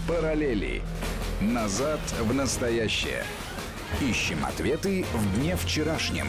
Параллели. Назад в настоящее. Ищем ответы в дне вчерашнем.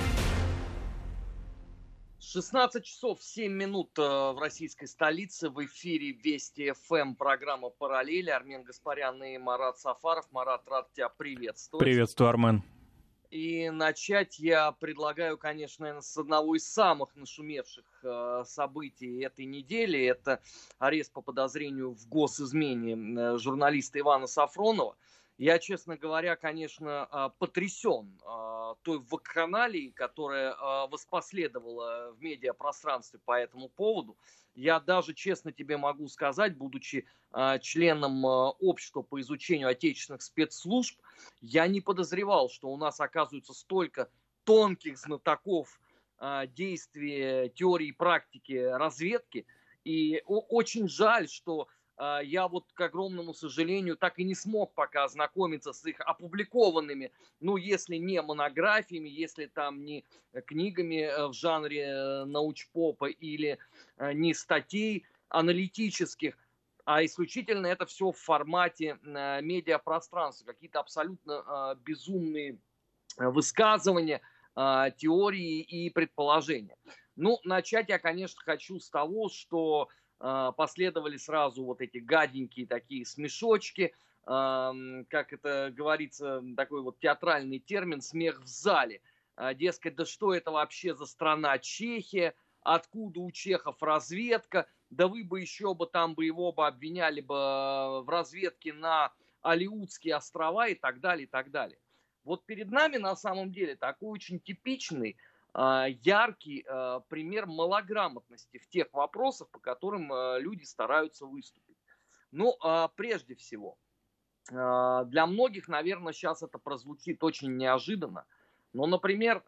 16 часов 7 минут в российской столице. В эфире Вести ФМ, программа «Параллели». Армен Гаспарян и Марат Сафаров. Марат, рад тебя приветствовать. Приветствую, Армен. И начать я предлагаю, конечно, наверное, с одного из самых нашумевших событий этой недели. Это арест по подозрению в госизмене журналиста Ивана Сафронова. Я, честно говоря, конечно, потрясен той вакханалией, которая воспоследовала в медиапространстве по этому поводу. Я даже, честно тебе могу сказать, будучи членом общества по изучению отечественных спецслужб, я не подозревал, что у нас оказывается столько тонких знатоков действий, теории и практики разведки. И очень жаль, что я вот, к огромному сожалению, так и не смог пока ознакомиться с их опубликованными, ну, если не монографиями, если там не книгами в жанре научпопа или не статей аналитических, а исключительно это все в формате медиапространства, какие-то абсолютно безумные высказывания, теории и предположения. Ну, начать я, конечно, хочу с того, что последовали сразу вот эти гаденькие такие смешочки, как это говорится, такой вот театральный термин «смех в зале». Дескать, да что это вообще за страна Чехия, откуда у чехов разведка, да вы бы еще бы там бы его бы обвиняли бы в разведке на Алеутские острова и так далее, и так далее. Вот перед нами на самом деле такой очень типичный, яркий пример малограмотности в тех вопросах, по которым люди стараются выступить. Ну, прежде всего, для многих, наверное, сейчас это прозвучит очень неожиданно, но, например,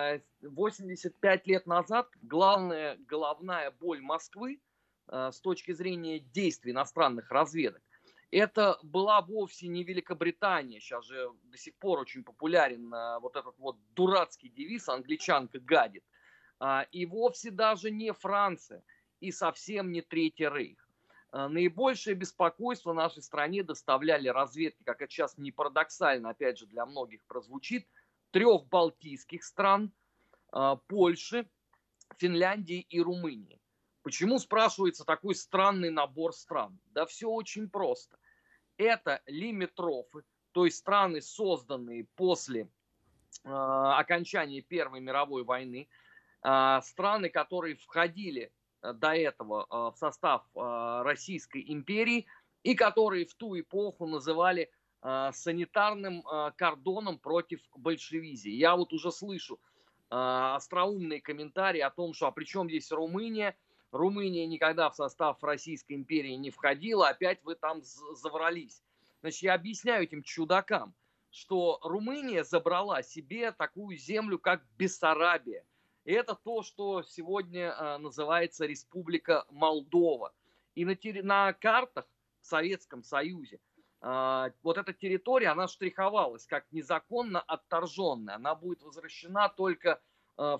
85 лет назад главная головная боль Москвы с точки зрения действий иностранных разведок, это была вовсе не Великобритания, сейчас же до сих пор очень популярен вот этот вот дурацкий девиз «англичанка гадит», и вовсе даже не Франция и совсем не Третий Рейх. Наибольшее беспокойство нашей стране доставляли разведки, как это сейчас не парадоксально, опять же, для многих прозвучит, 3 балтийских стран, Польши, Финляндии и Румынии. Почему, спрашивается, такой странный набор стран? Да все очень просто. Это лимитрофы, то есть страны, созданные после окончания Первой мировой войны, страны, которые входили до этого в состав Российской империи и которые в ту эпоху называли санитарным кордоном против большевизии. Я вот уже слышу остроумные комментарии о том, что а при чем здесь Румыния? Румыния никогда в состав Российской империи не входила, опять вы там заврались. Значит, я объясняю этим чудакам, что Румыния забрала себе такую землю, как Бессарабия. И это то, что сегодня называется Республика Молдова. И на картах в Советском Союзе вот эта территория, она штриховалась как незаконно отторженная. Она будет возвращена только в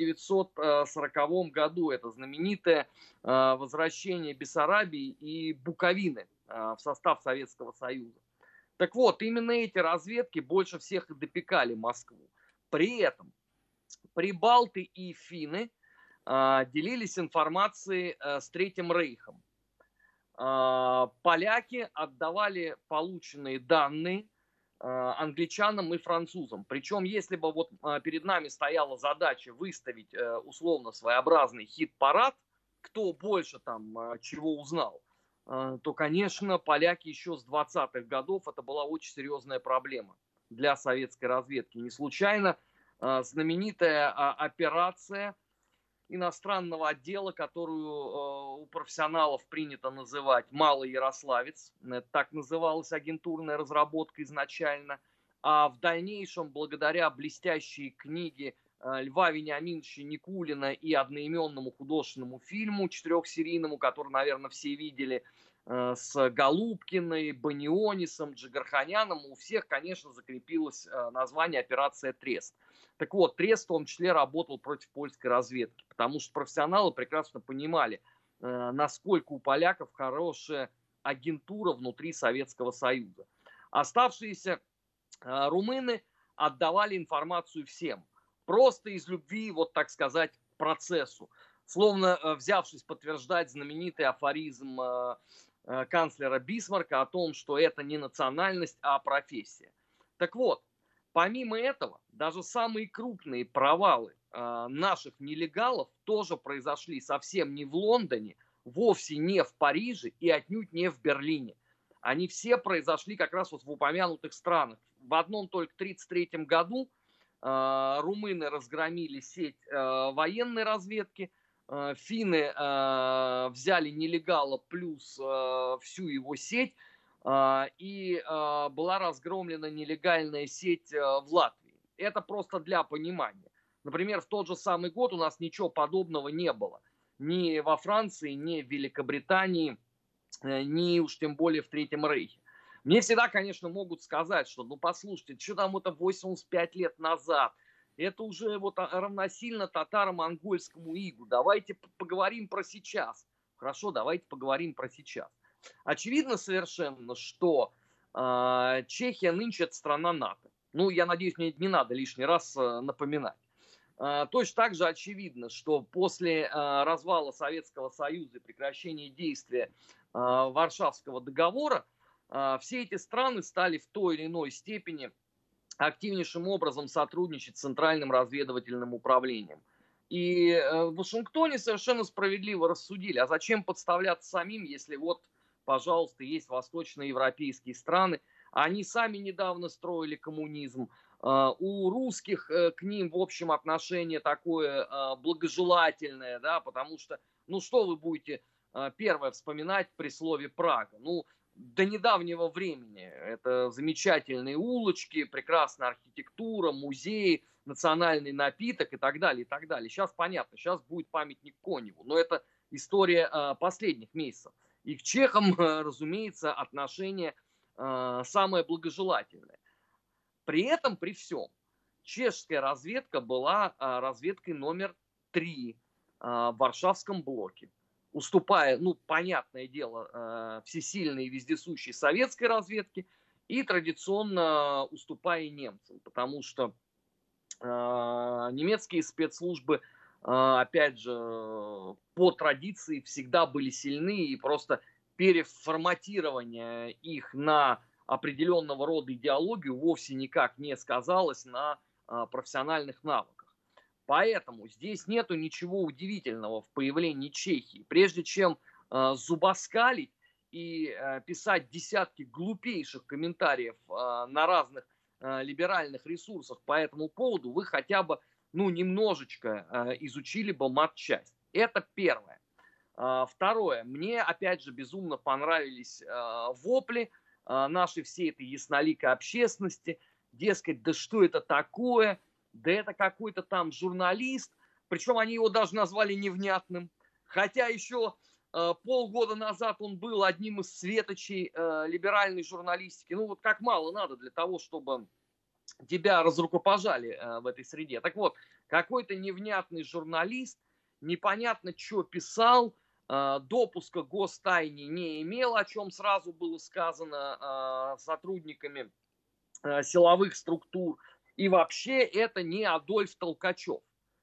1940 году. Это знаменитое возвращение Бессарабии и Буковины в состав Советского Союза. Так вот, именно эти разведки больше всех и допекали Москву. При этом прибалты и финны делились информацией с Третьим Рейхом. Поляки отдавали полученные данные англичанам и французам. Причем, если бы вот перед нами стояла задача выставить условно своеобразный хит-парад, кто больше там чего узнал, то, конечно, поляки еще с 20-х годов, это была очень серьезная проблема для советской разведки. Не случайно знаменитая операция иностранного отдела, которую у профессионалов принято называть «Малый Ярославец». Так называлась агентурная разработка изначально. А в дальнейшем, благодаря блестящей книге Льва Вениаминовича Никулина и одноименному художественному фильму 4-серийному, который, наверное, все видели, с Голубкиной, Банионисом, Джигарханяном, у всех, конечно, закрепилось название «Операция Трест». Так вот, Трест в том числе работал против польской разведки, потому что профессионалы прекрасно понимали, насколько у поляков хорошая агентура внутри Советского Союза. Оставшиеся румыны отдавали информацию всем. Просто из любви, вот так сказать, к процессу. Словно взявшись подтверждать знаменитый афоризм канцлера Бисмарка о том, что это не национальность, а профессия. Так вот, помимо этого, даже самые крупные провалы наших нелегалов тоже произошли совсем не в Лондоне, вовсе не в Париже и отнюдь не в Берлине. Они все произошли как раз вот в упомянутых странах. В одном только 1933 году румыны разгромили сеть военной разведки, финны взяли нелегала плюс всю его сеть, и была разгромлена нелегальная сеть в Латвии. Это просто для понимания. Например, в тот же самый год у нас ничего подобного не было. Ни во Франции, ни в Великобритании, ни уж тем более в Третьем Рейхе. Мне всегда, конечно, могут сказать, что, ну, послушайте, что там это 85 лет назад, это уже вот равносильно татаро-монгольскому игу. Давайте поговорим про сейчас. Хорошо, давайте поговорим про сейчас. Очевидно совершенно, что Чехия нынче это страна НАТО. Ну, я надеюсь, мне не надо лишний раз напоминать. Точно так же очевидно, что после развала Советского Союза и прекращения действия Варшавского договора, все эти страны стали в той или иной степени активнейшим образом сотрудничать с Центральным разведывательным управлением. И в Вашингтоне совершенно справедливо рассудили, а зачем подставляться самим, если вот, пожалуйста, есть восточноевропейские страны, они сами недавно строили коммунизм, у русских к ним, в общем, отношение такое благожелательное, да, потому что, ну что вы будете первое вспоминать при слове Прага? Ну, до недавнего времени это замечательные улочки, прекрасная архитектура, музеи, национальный напиток и так далее, и так далее. Сейчас понятно, сейчас будет памятник Коневу, но это история последних месяцев. И к чехам, разумеется, отношение самое благожелательное. При этом, при всем, чешская разведка была разведкой номер 3 в Варшавском блоке, уступая, ну, понятное дело, всесильной и вездесущей советской разведке и традиционно уступая немцам, потому что немецкие спецслужбы, опять же, по традиции всегда были сильны, и просто переформатирование их на определенного рода идеологию вовсе никак не сказалось на профессиональных навыках. Поэтому здесь нету ничего удивительного в появлении Чехии. Прежде чем зубоскалить и писать десятки глупейших комментариев на разных либеральных ресурсах по этому поводу, вы хотя бы, ну, немножечко изучили бы матчасть. Это первое. Второе. Мне, опять же, безумно понравились вопли нашей всей этой ясноликой общественности. Дескать, да что это такое? Да это какой-то там журналист. Причем они его даже назвали невнятным. Хотя еще полгода назад он был одним из светочей либеральной журналистики. Ну вот как мало надо для того, чтобы тебя разрукопожали в этой среде. Так вот, какой-то невнятный журналист, непонятно что писал, допуска к гостайне не имел, о чем сразу было сказано сотрудниками силовых структур. И вообще это не Адольф Толкачев.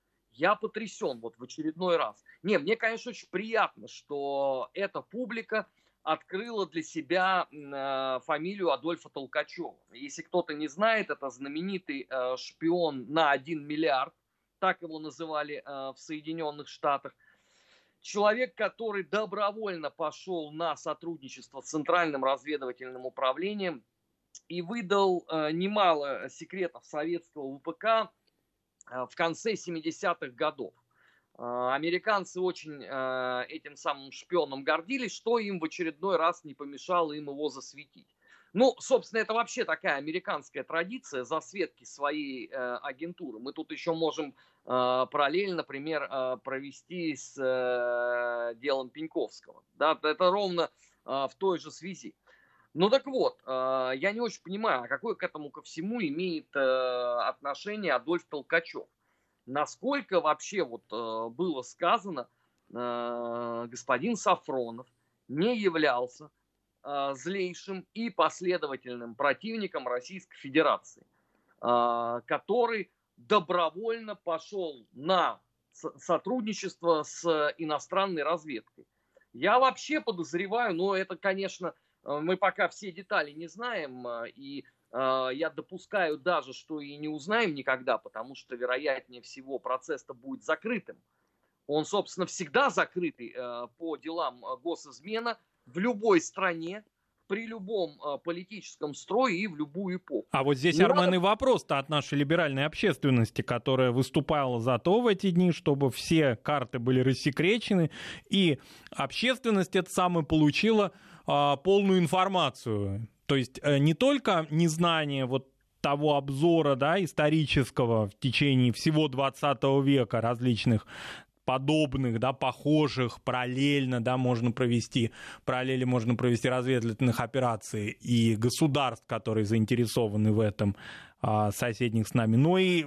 Я потрясен вот в очередной раз. Не, мне, конечно, очень приятно, что эта публика открыла для себя фамилию Адольфа Толкачева. Если кто-то не знает, это знаменитый шпион на 1 миллиард, так его называли в Соединенных Штатах. Человек, который добровольно пошел на сотрудничество с Центральным разведывательным управлением и выдал немало секретов советского ВПК в конце 70-х годов. Американцы очень этим самым шпионом гордились, что им в очередной раз не помешало им его засветить. Ну, собственно, это вообще такая американская традиция засветки своей агентуры. Мы тут еще можем параллель, например, провести с делом Пеньковского. Да, это ровно в той же связи. Ну так вот, я не очень понимаю, а какое к этому ко всему имеет отношение Адольф Толкачев. Насколько вообще вот было сказано, господин Сафронов не являлся злейшим и последовательным противником Российской Федерации, который добровольно пошел на сотрудничество с иностранной разведкой. Я вообще подозреваю, но это, конечно, мы пока все детали не знаем, и я допускаю даже, что и не узнаем никогда, потому что, вероятнее всего, процесс-то будет закрытым. Он, собственно, всегда закрытый по делам госизмена в любой стране, при любом политическом строе и в любую эпоху. А вот здесь, Армен, и вопрос-то от нашей либеральной общественности, которая выступала за то в эти дни, чтобы все карты были рассекречены, и общественность это самое получила полную информацию. То есть не только незнание вот того обзора, да, исторического в течение всего 20 века различных подобных, да, похожих, параллели можно провести разведывательных операций и государств, которые заинтересованы в этом, соседних с нами, но и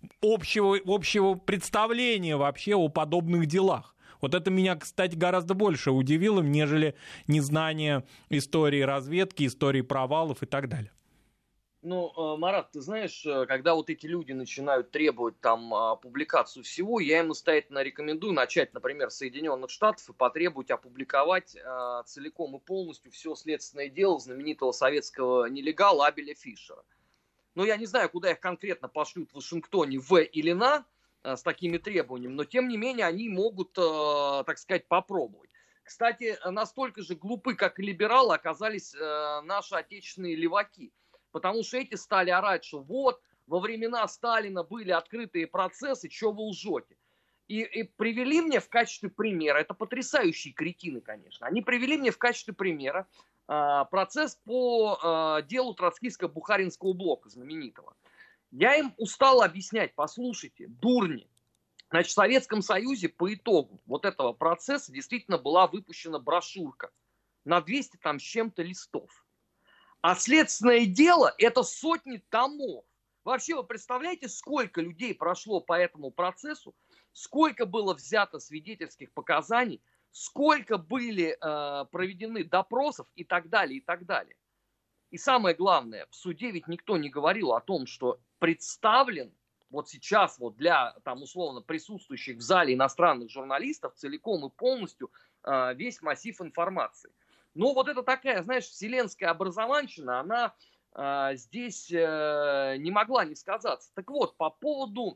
общего представления вообще о подобных делах. Вот это меня, кстати, гораздо больше удивило, нежели незнание истории разведки, истории провалов и так далее. Ну, Марат, ты знаешь, когда вот эти люди начинают требовать там публикацию всего, я им настоятельно рекомендую начать, например, с Соединенных Штатов и потребовать опубликовать целиком и полностью все следственное дело знаменитого советского нелегала Абеля Фишера. Но я не знаю, куда их конкретно пошлют в Вашингтоне, в или на, с такими требованиями, но тем не менее они могут, так сказать, попробовать. Кстати, настолько же глупы, как и либералы, оказались наши отечественные леваки. Потому что эти стали орать, что вот, во времена Сталина были открытые процессы, что вы лжете. И привели мне в качестве примера, это потрясающие кретины, конечно, они привели мне в качестве примера процесс по делу Троцкийско-Бухаринского блока знаменитого. Я им устал объяснять, послушайте, дурни. Значит, в Советском Союзе по итогу вот этого процесса действительно была выпущена брошюрка на 200 там с чем-то листов. А следственное дело – это сотни томов. Вообще, вы представляете, сколько людей прошло по этому процессу, сколько было взято свидетельских показаний, сколько были проведены допросов и так далее, и так далее. И самое главное, в суде ведь никто не говорил о том, что представлен вот сейчас вот для там условно присутствующих в зале иностранных журналистов целиком и полностью весь массив информации. Но вот это такая, знаешь, вселенская образованщина, она здесь не могла не сказаться. Так вот, по поводу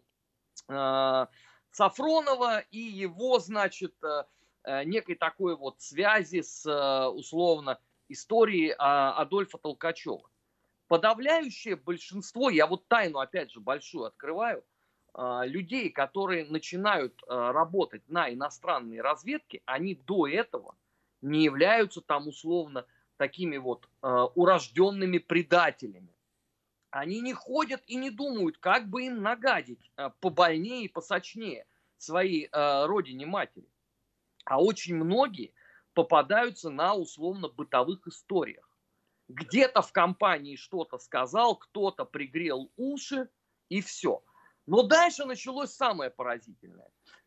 Сафронова и его, значит, некой такой вот связи с, условно, историей Адольфа Толкачева. Подавляющее большинство, я вот тайну, опять же, большую открываю, людей, которые начинают работать на иностранные разведки, они до этого не являются там условно такими вот урожденными предателями. Они не ходят и не думают, как бы им нагадить побольнее и посочнее своей родине-матери. А очень многие попадаются на условно бытовых историях. Где-то в компании что-то сказал, кто-то пригрел уши и все. Но дальше началось самое поразительное.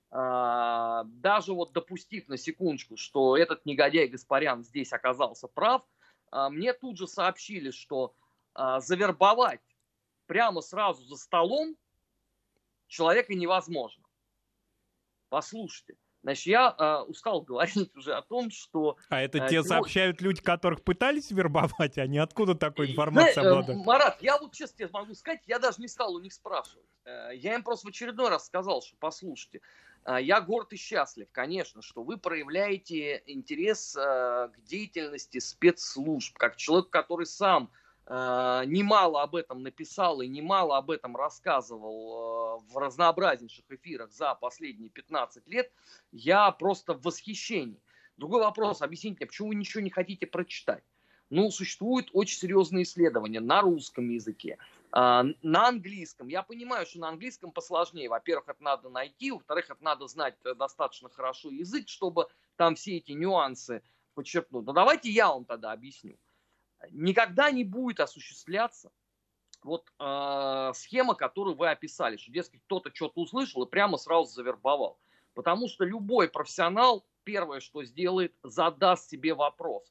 Даже вот допустив на секундочку, что этот негодяй Гаспарян здесь оказался прав, мне тут же сообщили, что завербовать прямо сразу за столом человека невозможно. Послушайте, значит, я устал говорить уже о том, что... А это те сообщают люди, которых пытались вербовать, а не откуда такой информации обладают? Марат, я вот честно тебе могу сказать, я даже не стал у них спрашивать. Я им просто в очередной раз сказал, что послушайте, я горд и счастлив, конечно, что вы проявляете интерес к деятельности спецслужб, как человек, который сам немало об этом написал и немало об этом рассказывал в разнообразнейших эфирах за последние 15 лет, я просто в восхищении. Другой вопрос, объясните мне, почему вы ничего не хотите прочитать? Ну, существуют очень серьезные исследования на русском языке, на английском. Я понимаю, что на английском посложнее. Во-первых, это надо найти, во-вторых, это надо знать достаточно хорошо язык, чтобы там все эти нюансы подчеркнуть. Но давайте я вам тогда объясню. Никогда не будет осуществляться вот схема, которую вы описали, что, дескать, кто-то что-то услышал и прямо сразу завербовал. Потому что любой профессионал первое, что сделает, задаст себе вопрос.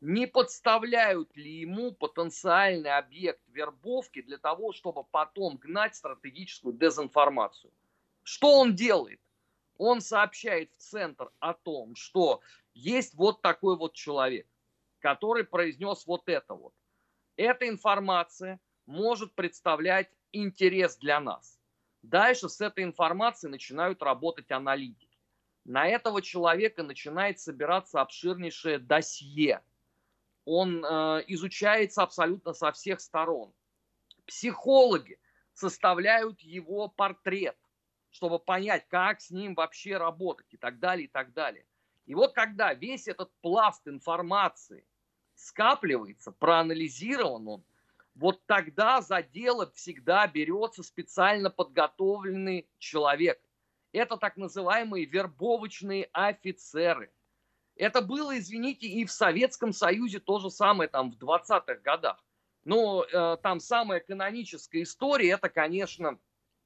не подставляют ли ему потенциальный объект вербовки для того, чтобы потом гнать стратегическую дезинформацию. Что он делает? Он сообщает в центр о том, что есть вот такой вот человек, который произнес вот это вот. Эта информация может представлять интерес для нас. Дальше с этой информацией начинают работать аналитики. На этого человека начинает собираться обширнейшее досье. Он изучается абсолютно со всех сторон. Психологи составляют его портрет, чтобы понять, как с ним вообще работать и так далее, и так далее. И вот когда весь этот пласт информации скапливается, проанализирован он, вот тогда за дело всегда берется специально подготовленный человек. Это так называемые вербовочные офицеры. Это было, извините, и в Советском Союзе то же самое, там, в 20-х годах. Но там самая каноническая история, это, конечно,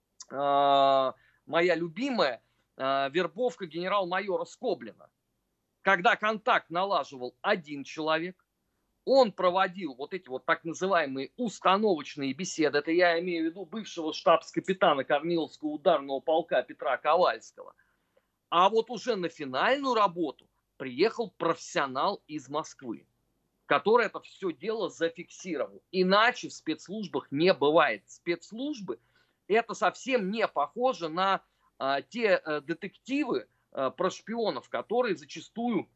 моя любимая вербовка генерал-майора Скоблина. Когда контакт налаживал один человек, он проводил вот эти вот так называемые установочные беседы. Это я имею в виду бывшего штабс-капитана Корниловского ударного полка Петра Ковальского. А вот уже на финальную работу приехал профессионал из Москвы, который это все дело зафиксировал. Иначе в спецслужбах не бывает. Спецслужбы это совсем не похоже на те детективы про шпионов, которые зачастую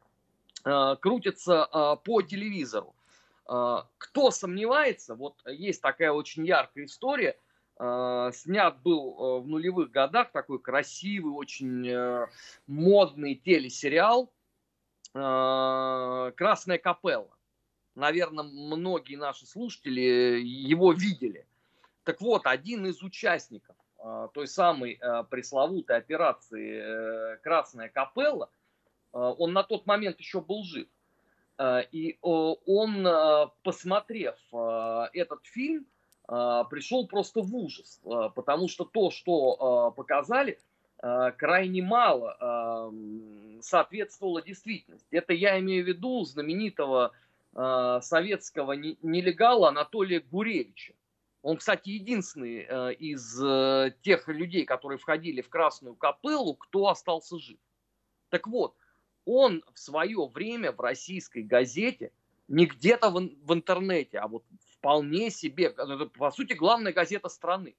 крутятся по телевизору. Кто сомневается, вот есть такая очень яркая история, снят был в нулевых годах такой красивый, очень модный телесериал «Красная капелла». Наверное, многие наши слушатели его видели. Так вот, один из участников той самой пресловутой операции «Красная капелла», он на тот момент еще был жив. И он, посмотрев этот фильм, пришел просто в ужас, потому что то, что показали, крайне мало соответствовало действительности. Это я имею в виду знаменитого советского нелегала Анатолия Гуревича. Он, кстати, единственный из тех людей, которые входили в Красную капеллу, кто остался жив. Так вот, он в свое время в российской газете, не где-то в интернете, а вот вполне себе, по сути, главная газета страны,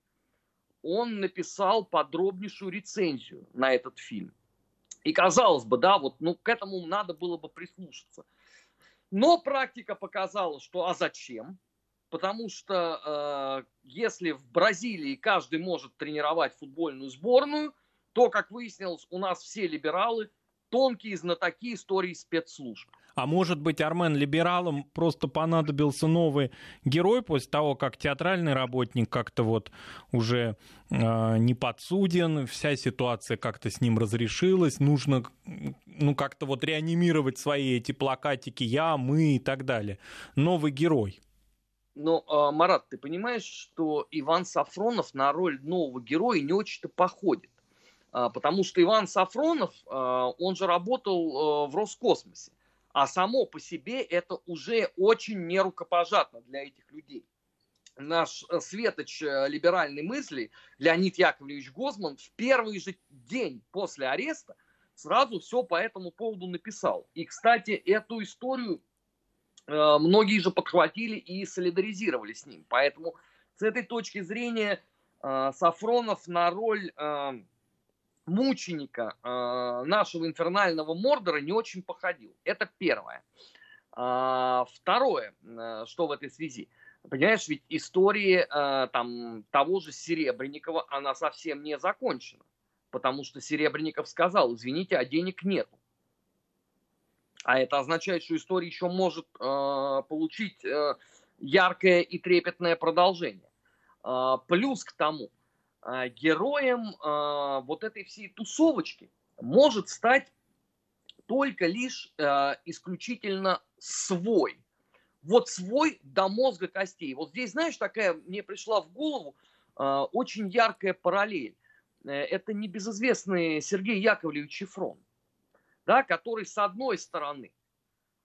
он написал подробнейшую рецензию на этот фильм. И казалось бы, да, вот, ну, к этому надо было бы прислушаться. Но практика показала, что а зачем? Потому что если в Бразилии каждый может тренировать футбольную сборную, то, как выяснилось, у нас все либералы тонкие знатоки истории спецслужб. А может быть, Армен, либералам просто понадобился новый герой после того, как театральный работник как-то вот уже не подсуден, вся ситуация как-то с ним разрешилась, нужно ну как-то вот реанимировать свои эти плакатики «я», «мы» и так далее. Новый герой. Но, Марат, ты понимаешь, что Иван Сафронов на роль нового героя не очень-то походит. Потому что Иван Сафронов, он же работал в Роскосмосе. А само по себе это уже очень нерукопожатно для этих людей. Наш светоч либеральной мысли Леонид Яковлевич Гозман в первый же день после ареста сразу все по этому поводу написал. И, кстати, эту историю многие же подхватили и солидаризировали с ним. Поэтому с этой точки зрения Сафронов на роль мученика нашего инфернального Мордора не очень походил. Это первое. Второе, что в этой связи. Понимаешь, ведь история там, того же Серебренникова, она совсем не закончена. Потому что Серебренников сказал, извините, а денег нету. А это означает, что история еще может получить яркое и трепетное продолжение. Плюс к тому, героем вот этой всей тусовочки может стать только лишь исключительно свой. Вот свой до мозга костей. Вот здесь, знаешь, такая мне пришла в голову очень яркая параллель. Это небезызвестный Сергей Яковлевич Ефрон, да, который с одной стороны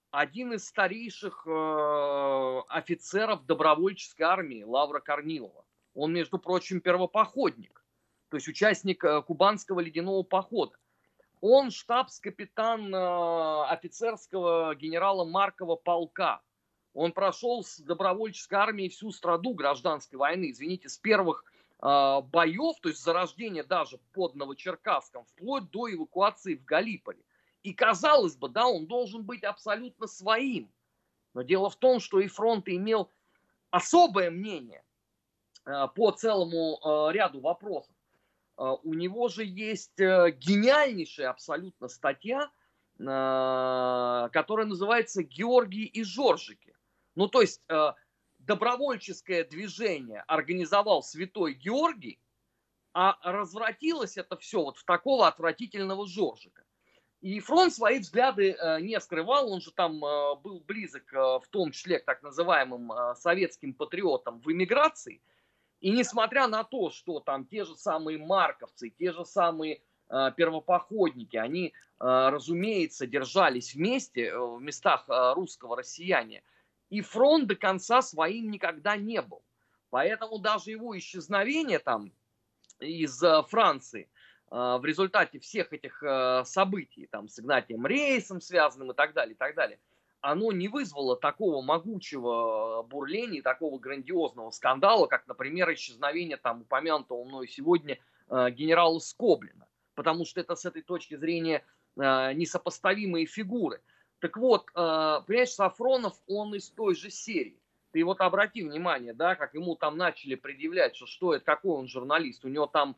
один из старейших офицеров добровольческой армии Лавра Корнилова. Он, между прочим, первопоходник, то есть участник кубанского ледяного похода. Он штабс-капитан офицерского генерала Маркова полка. Он прошел с добровольческой армией всю страду гражданской войны, извините, с первых боев, то есть зарождения даже под Новочеркасском, вплоть до эвакуации в Галиполи. И казалось бы, да, он должен быть абсолютно своим. Но дело в том, что и фронт имел особое мнение по целому ряду вопросов. У него же есть гениальнейшая абсолютно статья, которая называется «Георгий и Жоржики». Ну, то есть добровольческое движение организовал святой Георгий, а развратилось это все вот в такого отвратительного Жоржика. И фронт свои взгляды не скрывал, он же там был близок в том числе к так называемым советским патриотам в эмиграции. И несмотря на то, что там те же самые марковцы, те же самые первопоходники, они, разумеется, держались вместе в местах русского россияния, и фронт до конца своим никогда не был. Поэтому даже его исчезновение там из Франции в результате всех этих событий, там, с Игнатием Рейсом связанным и так далее, оно не вызвало такого могучего бурления, такого грандиозного скандала, как, например, исчезновение там упомянутого мною сегодня генерала Скоблина. Потому что это с этой точки зрения несопоставимые фигуры. Так вот, понимаешь, Сафронов, он из той же серии. Ты вот обрати внимание, да, как ему там начали предъявлять, что это, какой он журналист. У него там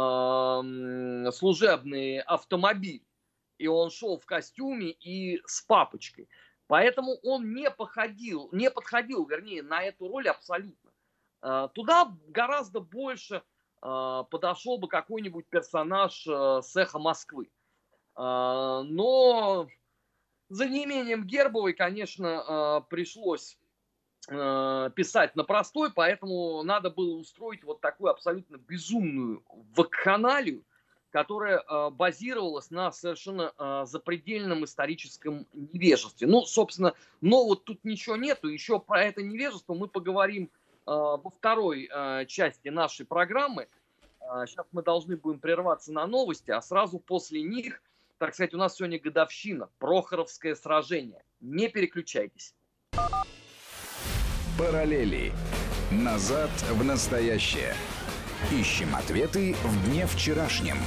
служебный автомобиль, и он шел в костюме и с папочкой. Поэтому он не подходил, вернее, на эту роль абсолютно. Туда гораздо больше подошел бы какой-нибудь персонаж с «Эхо Москвы». Но за неимением Гербовой, конечно, пришлось писать на простой, поэтому надо было устроить вот такую абсолютно безумную вакханалию, которая базировалась на совершенно запредельном историческом невежестве. Ну, собственно, но вот тут ничего нету. Еще про это невежество мы поговорим во второй части нашей программы. Сейчас мы должны будем прерваться на новости, а сразу после них, так сказать, у нас сегодня годовщина, Прохоровское сражение. Не переключайтесь. Параллели. Назад в настоящее. Ищем ответы в дне вчерашнем.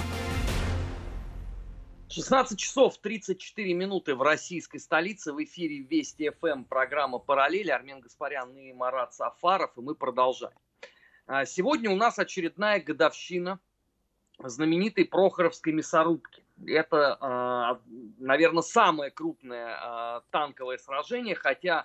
16 часов 34 минуты в российской столице. В эфире Вести ФМ, программа «Параллели». Армен Гаспарян и Марат Сафаров. И мы продолжаем. Сегодня у нас очередная годовщина знаменитой Прохоровской мясорубки. Это, наверное, самое крупное танковое сражение, хотя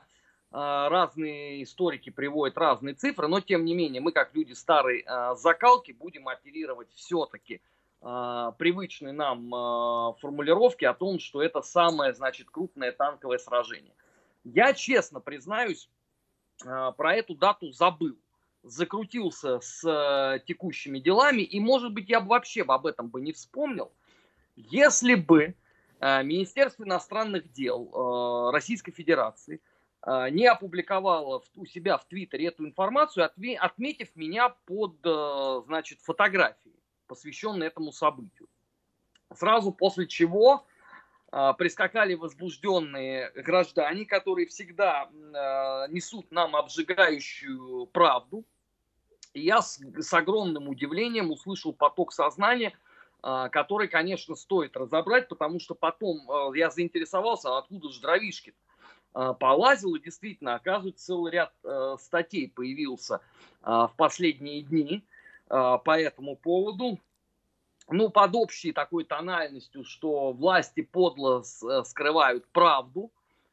разные историки приводят разные цифры, но тем не менее мы, как люди старой закалки, будем оперировать все-таки привычной нам формулировки о том, что это самое, значит, крупное танковое сражение. Я честно признаюсь, про эту дату забыл, закрутился с текущими делами, и, может быть, я бы вообще об этом бы не вспомнил, если бы Министерство иностранных дел Российской Федерации не опубликовала у себя в Твиттере эту информацию, отметив меня под, значит, фотографией, посвященной этому событию. Сразу после чего прискакали возбужденные граждане, которые всегда несут нам обжигающую правду. И я с огромным удивлением услышал поток сознания, который, конечно, стоит разобрать, потому что потом я заинтересовался, откуда же дровишки полазил, и действительно, оказывается, целый ряд статей появился в последние дни по этому поводу. Ну, под общей такой тональностью, что власти подло скрывают правду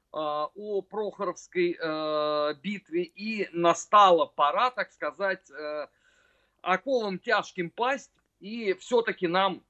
о Прохоровской битве, и настала пора, так сказать, оковам тяжким пасть, и все-таки нам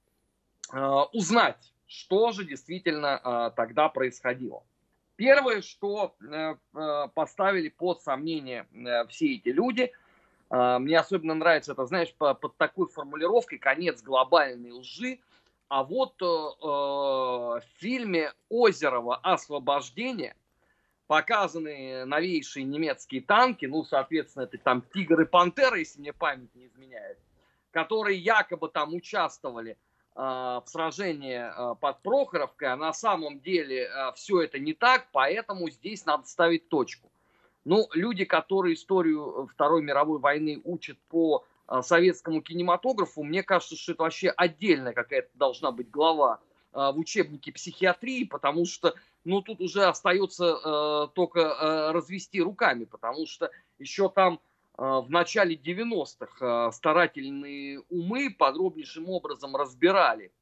узнать, что же действительно тогда происходило. Первое, что поставили под сомнение все эти люди, мне особенно нравится это, знаешь, под такой формулировкой «конец глобальной лжи». А вот в фильме Озерова «Освобождение» показаны новейшие немецкие танки, ну, соответственно, это там «Тигр» и «Пантера», если мне память не изменяет, которые якобы там участвовали в сражении под Прохоровкой, а на самом деле все это не так, поэтому здесь надо ставить точку. Ну, люди, которые историю Второй мировой войны учат по советскому кинематографу, мне кажется, что это вообще отдельная какая-то должна быть глава в учебнике психиатрии, потому что, ну, тут уже остается только развести руками, потому что еще там в начале 90-х старательные умы подробнейшим образом разбирали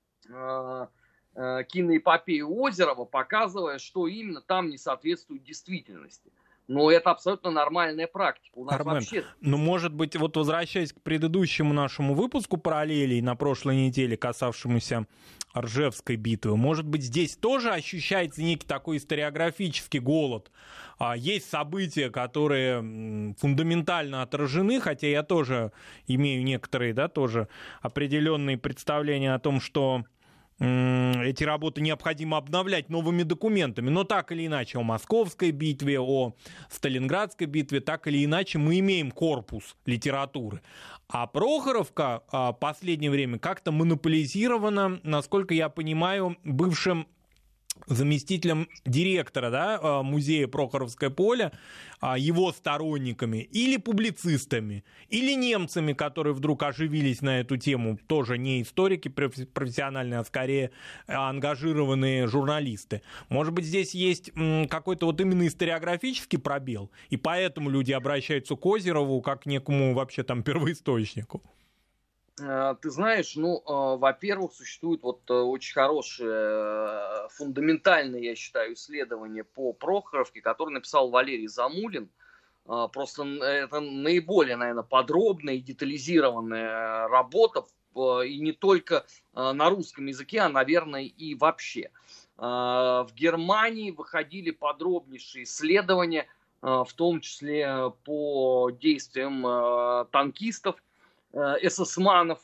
киноэпопею Озерова, показывая, что именно там не соответствует действительности. Но это абсолютно нормальная практика. У нас Армен, вообще... ну, может быть, вот возвращаясь к предыдущему нашему выпуску параллелей на прошлой неделе, касавшемуся Ржевской битвы, может быть, здесь тоже ощущается некий такой историографический голод. Есть события, которые фундаментально отражены, хотя я тоже имею некоторые, да, тоже определенные представления о том, что эти работы необходимо обновлять новыми документами. Но так или иначе, о Московской битве, о Сталинградской битве, так или иначе мы имеем корпус литературы. А Прохоровка в последнее время как-то монополизирована, насколько я понимаю, бывшим заместителем директора, да, музея Прохоровское поле, его сторонниками или публицистами, или немцами, которые вдруг оживились на эту тему, тоже не историки профессиональные, а скорее ангажированные журналисты. Может быть, здесь есть какой-то вот именно историографический пробел, и поэтому люди обращаются к Озерову как к некому вообще там первоисточнику? Ты знаешь, ну, во-первых, существует вот очень хорошее, фундаментальное, я считаю, исследование по Прохоровке, которое написал Валерий Замулин. Просто это наиболее, наверное, подробная и детализированная работа, и не только на русском языке, а, наверное, и вообще. В Германии выходили подробнейшие исследования, в том числе по действиям танкистов, эсэсманов.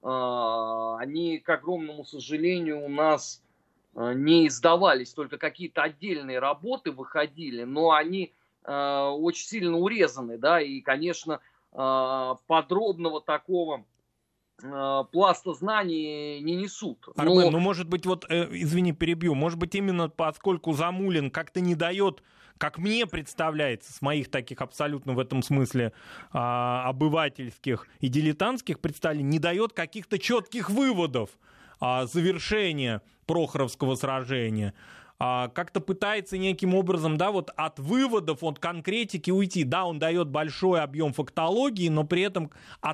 Они, к огромному сожалению, у нас не издавались, только какие-то отдельные работы выходили, но они очень сильно урезаны, да, и, конечно, подробного такого пласта знаний не несут. Армен, ну, может быть, вот, извини, перебью, может быть, именно поскольку Замулин как-то не дает, как мне представляется, с моих таких абсолютно в этом смысле обывательских и дилетантских представлений, не дает каких-то четких выводов завершения Прохоровского сражения, как-то пытается неким образом, да, вот от выводов, от конкретики уйти. Да, он дает большой объем фактологии, но при этом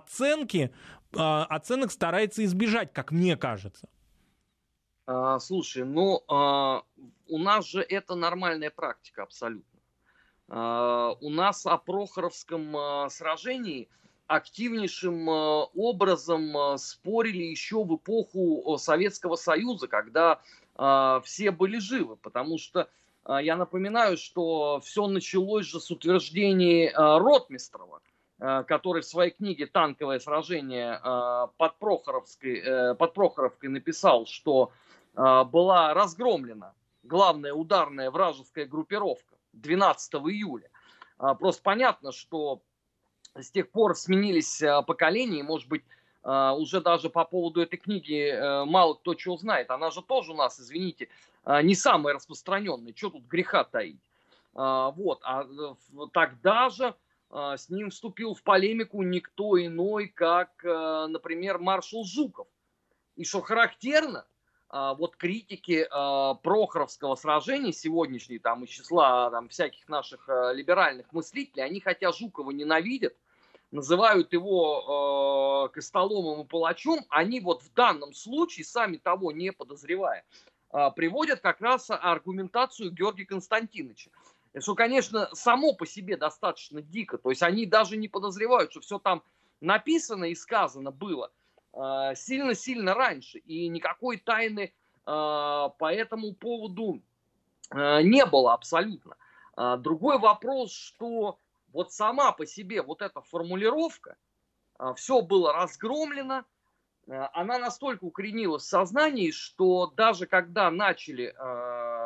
оценок старается избежать, как мне кажется. Слушай, ну, у нас же это нормальная практика абсолютно. У нас о Прохоровском сражении активнейшим образом спорили еще в эпоху Советского Союза, когда все были живы, потому что я напоминаю, что все началось же с утверждений Ротмистрова, который в своей книге «Танковое сражение» под Прохоровкой написал, что была разгромлена главная ударная вражеская группировка 12 июля. Просто понятно, что с тех пор сменились поколения, и, может быть, уже даже по поводу этой книги мало кто чего знает. Она же тоже у нас, извините, не самая распространенная. Что тут греха таить? Вот. А тогда же с ним вступил в полемику никто иной, как, например, маршал Жуков. И что характерно, вот критики Прохоровского сражения сегодняшней, там, из числа там, всяких наших либеральных мыслителей, они хотя Жукова ненавидят, называют его костоломом и палачом, они вот в данном случае, сами того не подозревая, приводят как раз аргументацию Георгия Константиновича. Что, конечно, само по себе достаточно дико. То есть они даже не подозревают, что все там написано и сказано было сильно-сильно раньше. И никакой тайны по этому поводу не было абсолютно. Другой вопрос, что вот сама по себе вот эта формулировка, все было разгромлено, она настолько укоренилась в сознании, что даже когда начали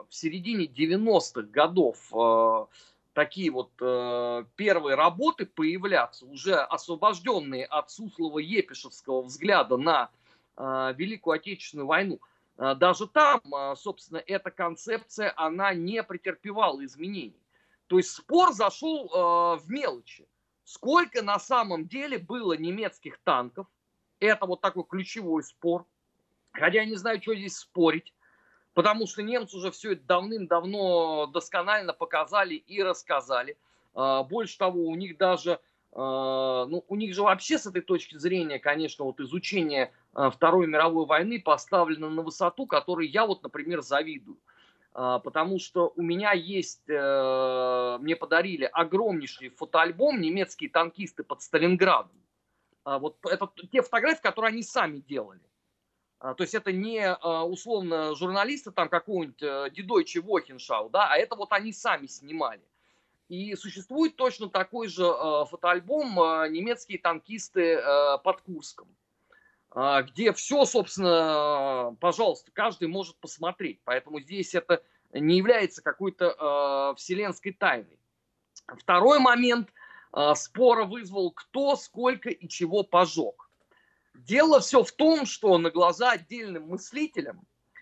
в середине 90-х годов такие вот первые работы появляться, уже освобожденные от Суслова-Епишевского взгляда на Великую Отечественную войну, даже там, собственно, эта концепция, она не претерпевала изменений. То есть спор зашел в мелочи. Сколько на самом деле было немецких танков? Это вот такой ключевой спор. Хотя я не знаю, что здесь спорить. Потому что немцы уже все это давным-давно досконально показали и рассказали. Больше того, у них даже, у них же вообще с этой точки зрения, конечно, вот изучение Второй мировой войны поставлено на высоту, которой я вот, например, завидую. Потому что у меня есть, мне подарили огромнейший фотоальбом «Немецкие танкисты под Сталинградом». Вот это те фотографии, которые они сами делали. То есть это не условно журналисты там какого-нибудь Дидойче Вохеншау, да, а это вот они сами снимали. И существует точно такой же фотоальбом «Немецкие танкисты под Курском», где все, собственно, пожалуйста, каждый может посмотреть. Поэтому здесь это не является какой-то вселенской тайной. Второй момент спора вызвал, кто, сколько и чего пожег. Дело все в том, что на глаза отдельным мыслителям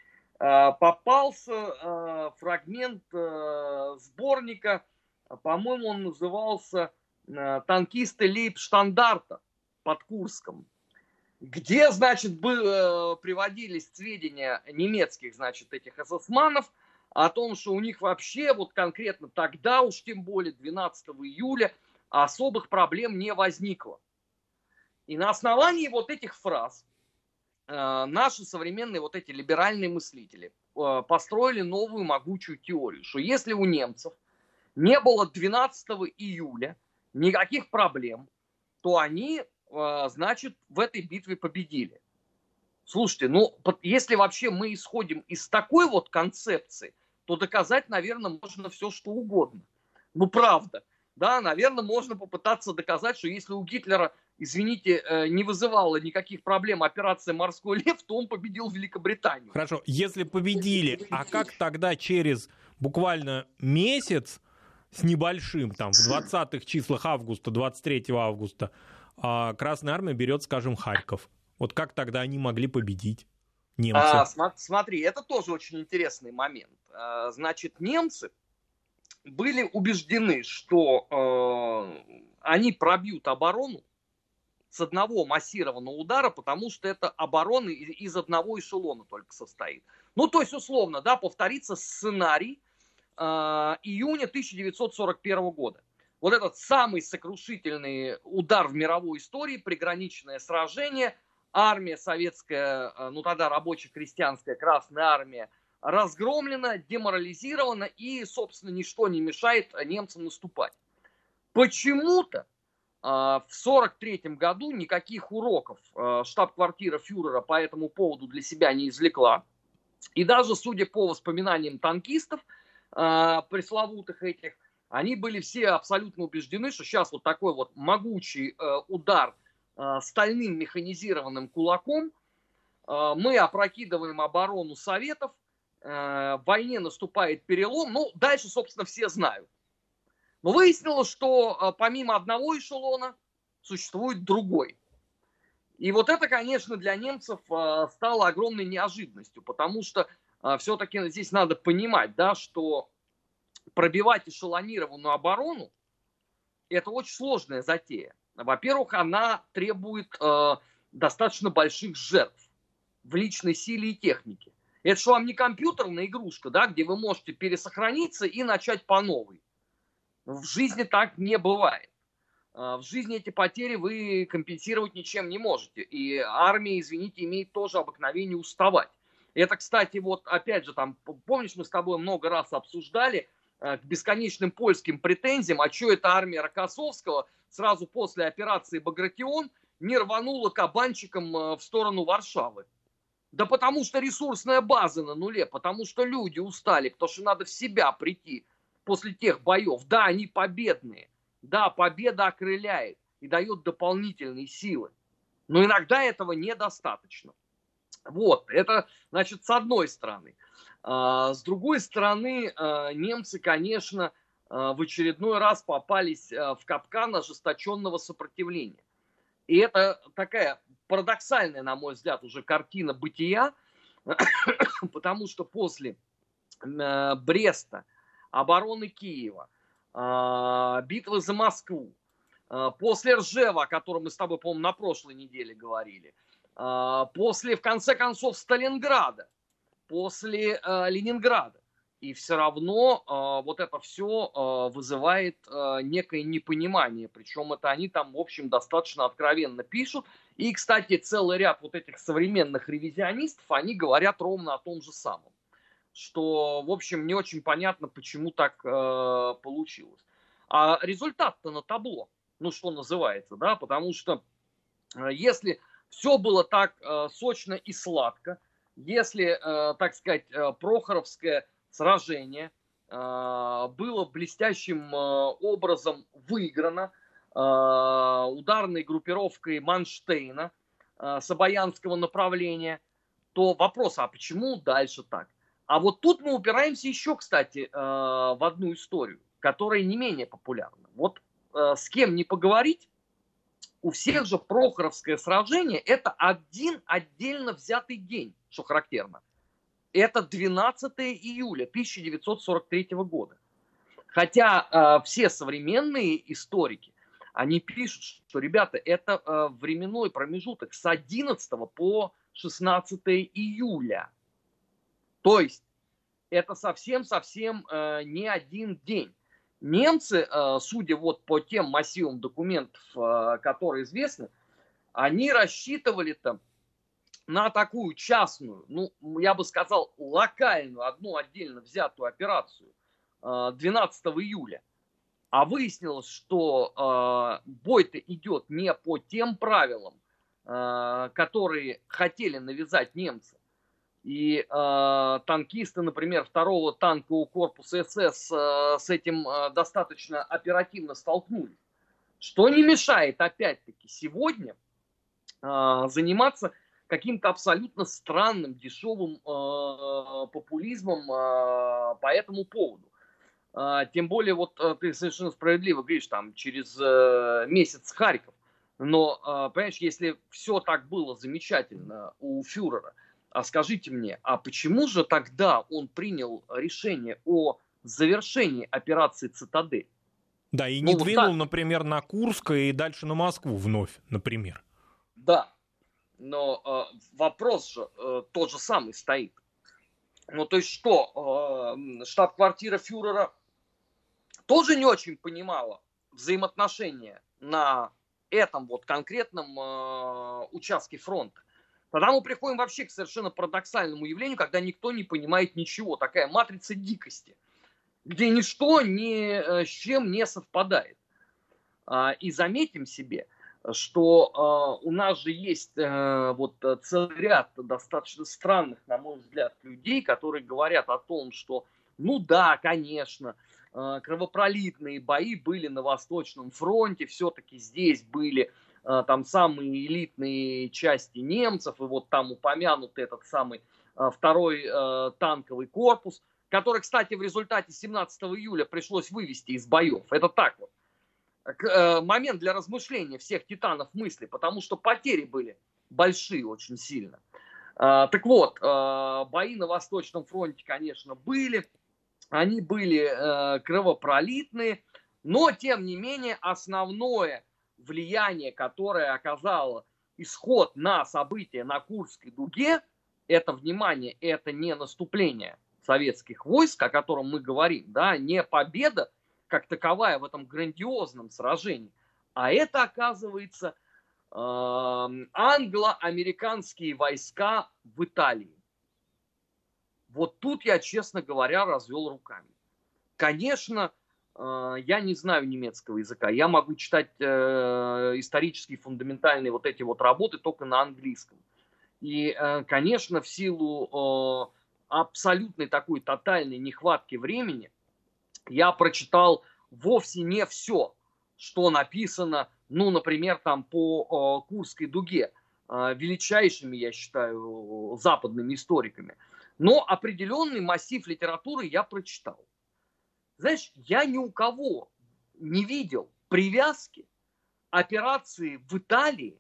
попался фрагмент сборника, по-моему, он назывался «Танкисты Лейбштандарта под Курском», где, значит, приводились сведения немецких, значит, этих эсэсманов о том, что у них вообще вот конкретно тогда, уж тем более 12 июля, особых проблем не возникло. И на основании вот этих фраз наши современные вот эти либеральные мыслители построили новую могучую теорию, что если у немцев не было 12 июля никаких проблем, то они, значит, в этой битве победили. Слушайте, если вообще мы исходим из такой вот концепции, то доказать, наверное, можно все, что угодно. Правда. Да, наверное, можно попытаться доказать, что если у Гитлера, извините, не вызывала никаких проблем операция «Морской лев», то он победил Великобританию. Хорошо, если победили, а как тогда через буквально месяц с небольшим, там, в 20-х числах августа, 23 августа, Красная Армия берет, скажем, Харьков? Вот как тогда они могли победить, немцы? Смотри, это тоже очень интересный момент. Значит, немцы были убеждены, что они пробьют оборону с одного массированного удара, потому что это оборона из одного эшелона только состоит. То есть, условно, да, повторится сценарий июня 1941 года. Вот этот самый сокрушительный удар в мировой истории, приграничное сражение, армия советская, тогда рабоче-крестьянская Красная Армия, разгромлена, деморализирована, и, собственно, ничто не мешает немцам наступать. Почему-то в 1943 году никаких уроков штаб-квартира фюрера по этому поводу для себя не извлекла. И даже, судя по воспоминаниям танкистов, пресловутых этих, они были все абсолютно убеждены, что сейчас вот такой вот могучий удар стальным механизированным кулаком, мы опрокидываем оборону Советов, в войне наступает перелом. Дальше, собственно, все знают. Но выяснилось, что помимо одного эшелона существует другой. И вот это, конечно, для немцев стало огромной неожиданностью, потому что все-таки здесь надо понимать, да, что пробивать эшелонированную оборону – это очень сложная затея. Во-первых, она требует достаточно больших жертв в личной силе и технике. Это что вам не компьютерная игрушка, да, где вы можете пересохраниться и начать по новой. В жизни так не бывает. В жизни эти потери вы компенсировать ничем не можете. И армия, извините, имеет тоже обыкновение уставать. Это, кстати, вот опять же, там, помнишь, мы с тобой много раз обсуждали к бесконечным польским претензиям, а что эта армия Рокоссовского сразу после операции «Багратион» не рванула кабанчиком в сторону Варшавы. Да потому что ресурсная база на нуле, потому что люди устали, потому что надо в себя прийти после тех боев. Да, они победные, да, победа окрыляет и дает дополнительные силы, но иногда этого недостаточно. Вот, это, значит, с одной стороны. С другой стороны, немцы, конечно, в очередной раз попались в капкан ожесточенного сопротивления. И это такая парадоксальная, на мой взгляд, уже картина бытия, потому что после Бреста, обороны Киева, битвы за Москву, после Ржева, о котором мы с тобой, по-моему, на прошлой неделе говорили, после, в конце концов, Сталинграда, после Ленинграда. И все равно вот это все вызывает некое непонимание. Причем это они там, в общем, достаточно откровенно пишут. И, кстати, целый ряд вот этих современных ревизионистов, они говорят ровно о том же самом. Что, в общем, не очень понятно, почему так получилось. А результат-то на табло, ну, что называется, да, потому что если все было так сочно и сладко, если, так сказать, Прохоровское сражение было блестящим образом выиграно ударной группировкой Манштейна с Обаянского направления, то вопрос, а почему дальше так? А вот тут мы упираемся еще, кстати, в одну историю, которая не менее популярна. Вот с кем не поговорить, у всех же Прохоровское сражение – это один отдельно взятый день, что характерно. Это 12 июля 1943 года. Хотя все современные историки, они пишут, что, ребята, это временной промежуток с 11 по 16 июля. То есть это совсем-совсем не один день. Немцы, судя вот по тем массивам документов, которые известны, они рассчитывали-то на такую частную, ну, я бы сказал, локальную, одну отдельно взятую операцию 12 июля. А выяснилось, что бой-то идет не по тем правилам, которые хотели навязать немцы. И танкисты, например, 2-го танкового корпуса СС с этим достаточно оперативно столкнулись. Что не мешает, опять-таки, сегодня заниматься каким-то абсолютно странным, дешевым популизмом по этому поводу. Тем более, вот ты совершенно справедливо говоришь, там, через месяц Харьков. Но, понимаешь, если все так было замечательно у фюрера, а скажите мне, а почему же тогда он принял решение о завершении операции «Цитадель»? Да, и не двинул, например, на Курск и дальше на Москву вновь, например. Да, но вопрос же тот же самый стоит. Ну, то есть что, штаб-квартира фюрера тоже не очень понимала взаимоотношения на этом вот конкретном участке фронта. Тогда мы приходим вообще к совершенно парадоксальному явлению, когда никто не понимает ничего. Такая матрица дикости, где ничто ни с чем не совпадает. И заметим себе, что у нас же есть вот целый ряд достаточно странных, на мой взгляд, людей, которые говорят о том, что, ну да, конечно, кровопролитные бои были на Восточном фронте, все-таки здесь были там самые элитные части немцев, и вот там упомянут этот самый 2-й танковый корпус, который, кстати, в результате 17 июля пришлось вывести из боев. Это так вот. Момент для размышления всех титанов мысли, потому что потери были большие очень сильно. Так вот, бои на Восточном фронте, конечно, были. Они были кровопролитные, но, тем не менее, основное влияние, которое оказало исход на события на Курской дуге, это, внимание, это не наступление советских войск, о котором мы говорим, да, не победа как таковая в этом грандиозном сражении, а это, оказывается, англо-американские войска в Италии. Вот тут я, честно говоря, развел руками. Конечно, я не знаю немецкого языка. Я могу читать исторические фундаментальные вот эти вот работы только на английском. И, конечно, в силу абсолютной такой тотальной нехватки времени я прочитал вовсе не все, что написано, ну, например, там по Курской дуге величайшими, я считаю, западными историками. Но определенный массив литературы я прочитал. Знаешь, я ни у кого не видел привязки операции в Италии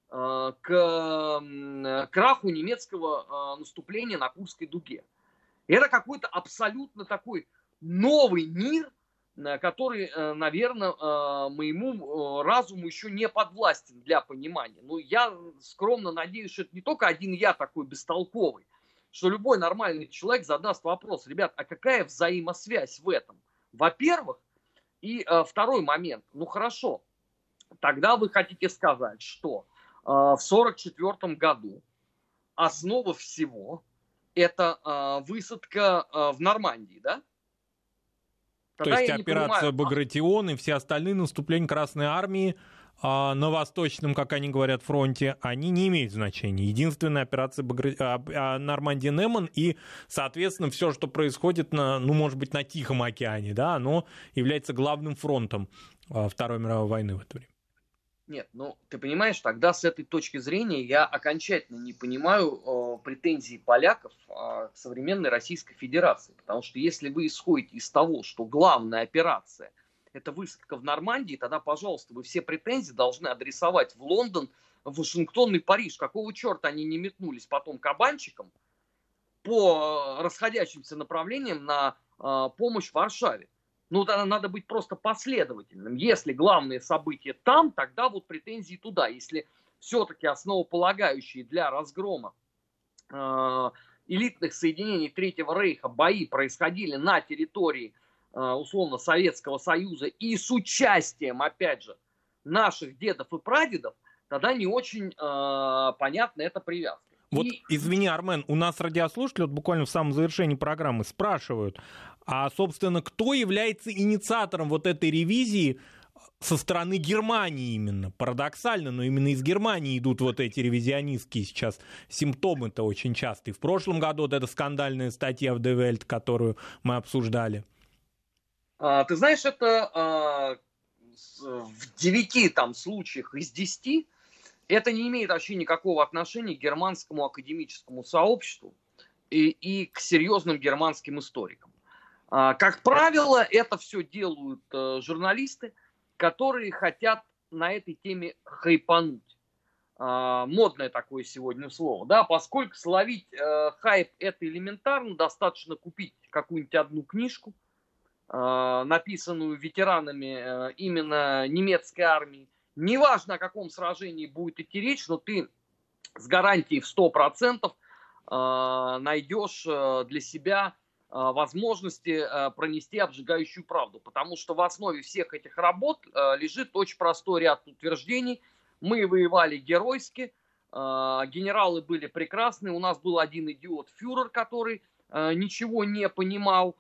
к краху немецкого наступления на Курской дуге. Это какой-то абсолютно такой новый мир, который, наверное, моему разуму еще не подвластен для понимания. Но я скромно надеюсь, что это не только один я такой бестолковый, что любой нормальный человек задаст вопрос: ребят, а какая взаимосвязь в этом? Во-первых, и второй момент, ну хорошо, тогда вы хотите сказать, что в 1944 году основа всего это высадка в Нормандии, да? Тогда то есть операция Багратион и все остальные наступления Красной Армии на Восточном, как они говорят, фронте, они не имеют значения. Единственная операция Нормандия-Неман и, соответственно, все, что происходит ну, может быть, на Тихом океане, да, оно является главным фронтом Второй мировой войны в это время. Нет, ну, ты понимаешь, тогда с этой точки зрения я окончательно не понимаю претензий поляков к современной Российской Федерации. Потому что если вы исходите из того, что главная операция – это высадка в Нормандии, тогда, пожалуйста, вы все претензии должны адресовать в Лондон, в Вашингтон и Париж. Какого черта они не метнулись потом кабанчиком по расходящимся направлениям на помощь Варшаве? Ну, тогда надо быть просто последовательным. Если главные события там, тогда вот претензии туда. Если все-таки основополагающие для разгрома элитных соединений Третьего Рейха бои происходили на территории, условно, Советского Союза и с участием, опять же, наших дедов и прадедов, тогда не очень понятна эта привязка. Вот, извини, Армен, у нас радиослушатели, вот буквально в самом завершении программы, спрашивают, а, собственно, кто является инициатором вот этой ревизии со стороны Германии именно? Парадоксально, но именно из Германии идут вот эти ревизионистские сейчас симптомы-то очень частые. В прошлом году вот эта скандальная статья в Die Welt, которую мы обсуждали. Ты знаешь, это в 9 там случаях из 10 это не имеет вообще никакого отношения к германскому академическому сообществу и к серьезным германским историкам. Как правило, это все делают журналисты, которые хотят на этой теме хайпануть. Модное такое сегодня слово. Да? Поскольку словить хайп это элементарно, достаточно купить какую-нибудь одну книжку, написанную ветеранами именно немецкой армии. Неважно, о каком сражении будет идти речь, но ты с гарантией в 100% найдешь для себя возможности пронести обжигающую правду. Потому что в основе всех этих работ лежит очень простой ряд утверждений. Мы воевали геройски, генералы были прекрасны, у нас был один идиот-фюрер, который ничего не понимал.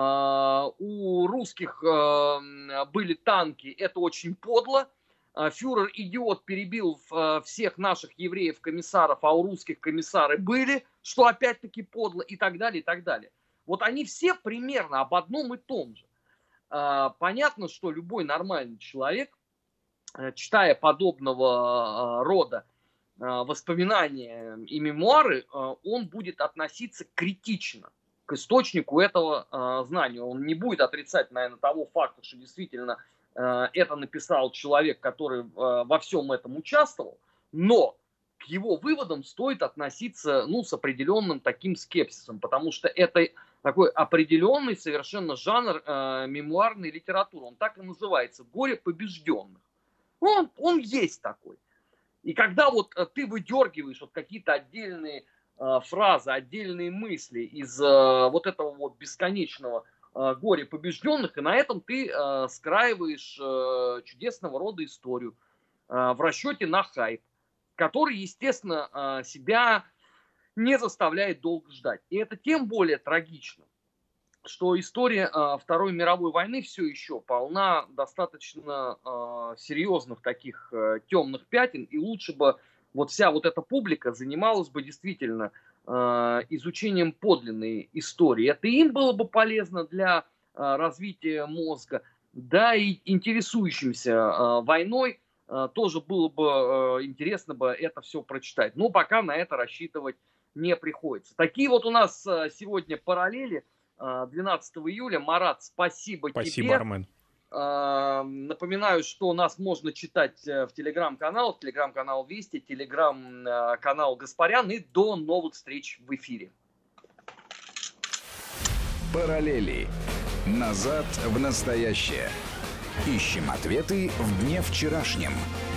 У русских были танки, это очень подло. Фюрер-идиот перебил всех наших евреев-комиссаров, а у русских комиссары были, что опять-таки подло, и так далее, и так далее. Вот они все примерно об одном и том же. Понятно, что любой нормальный человек, читая подобного рода воспоминания и мемуары, он будет относиться критично к источнику этого знания. Он не будет отрицать, наверное, того факта, что действительно это написал человек, который во всем этом участвовал, но к его выводам стоит относиться, ну, с определенным таким скепсисом, потому что это такой определенный совершенно жанр мемуарной литературы. Он так и называется – «Горе побежденных». Он есть такой. И когда вот ты выдергиваешь вот какие-то отдельные фразы, отдельные мысли из вот этого вот бесконечного горе побежденных, и на этом ты скраиваешь чудесного рода историю в расчете на хайп, который, естественно, себя не заставляет долго ждать. И это тем более трагично, что история Второй мировой войны все еще полна достаточно серьезных таких темных пятен, и лучше бы вот вся вот эта публика занималась бы действительно изучением подлинной истории. Это им было бы полезно для развития мозга, да и интересующимся войной тоже было бы интересно бы это все прочитать. Но пока на это рассчитывать не приходится. Такие вот у нас сегодня параллели. 12 июля. Марат, спасибо тебе. Спасибо, Армен. Напоминаю, что нас можно читать в телеграм-канал Вести, телеграм-канал Гаспарян, и до новых встреч в эфире. Параллели. Назад в настоящее. Ищем ответы в дне вчерашнем.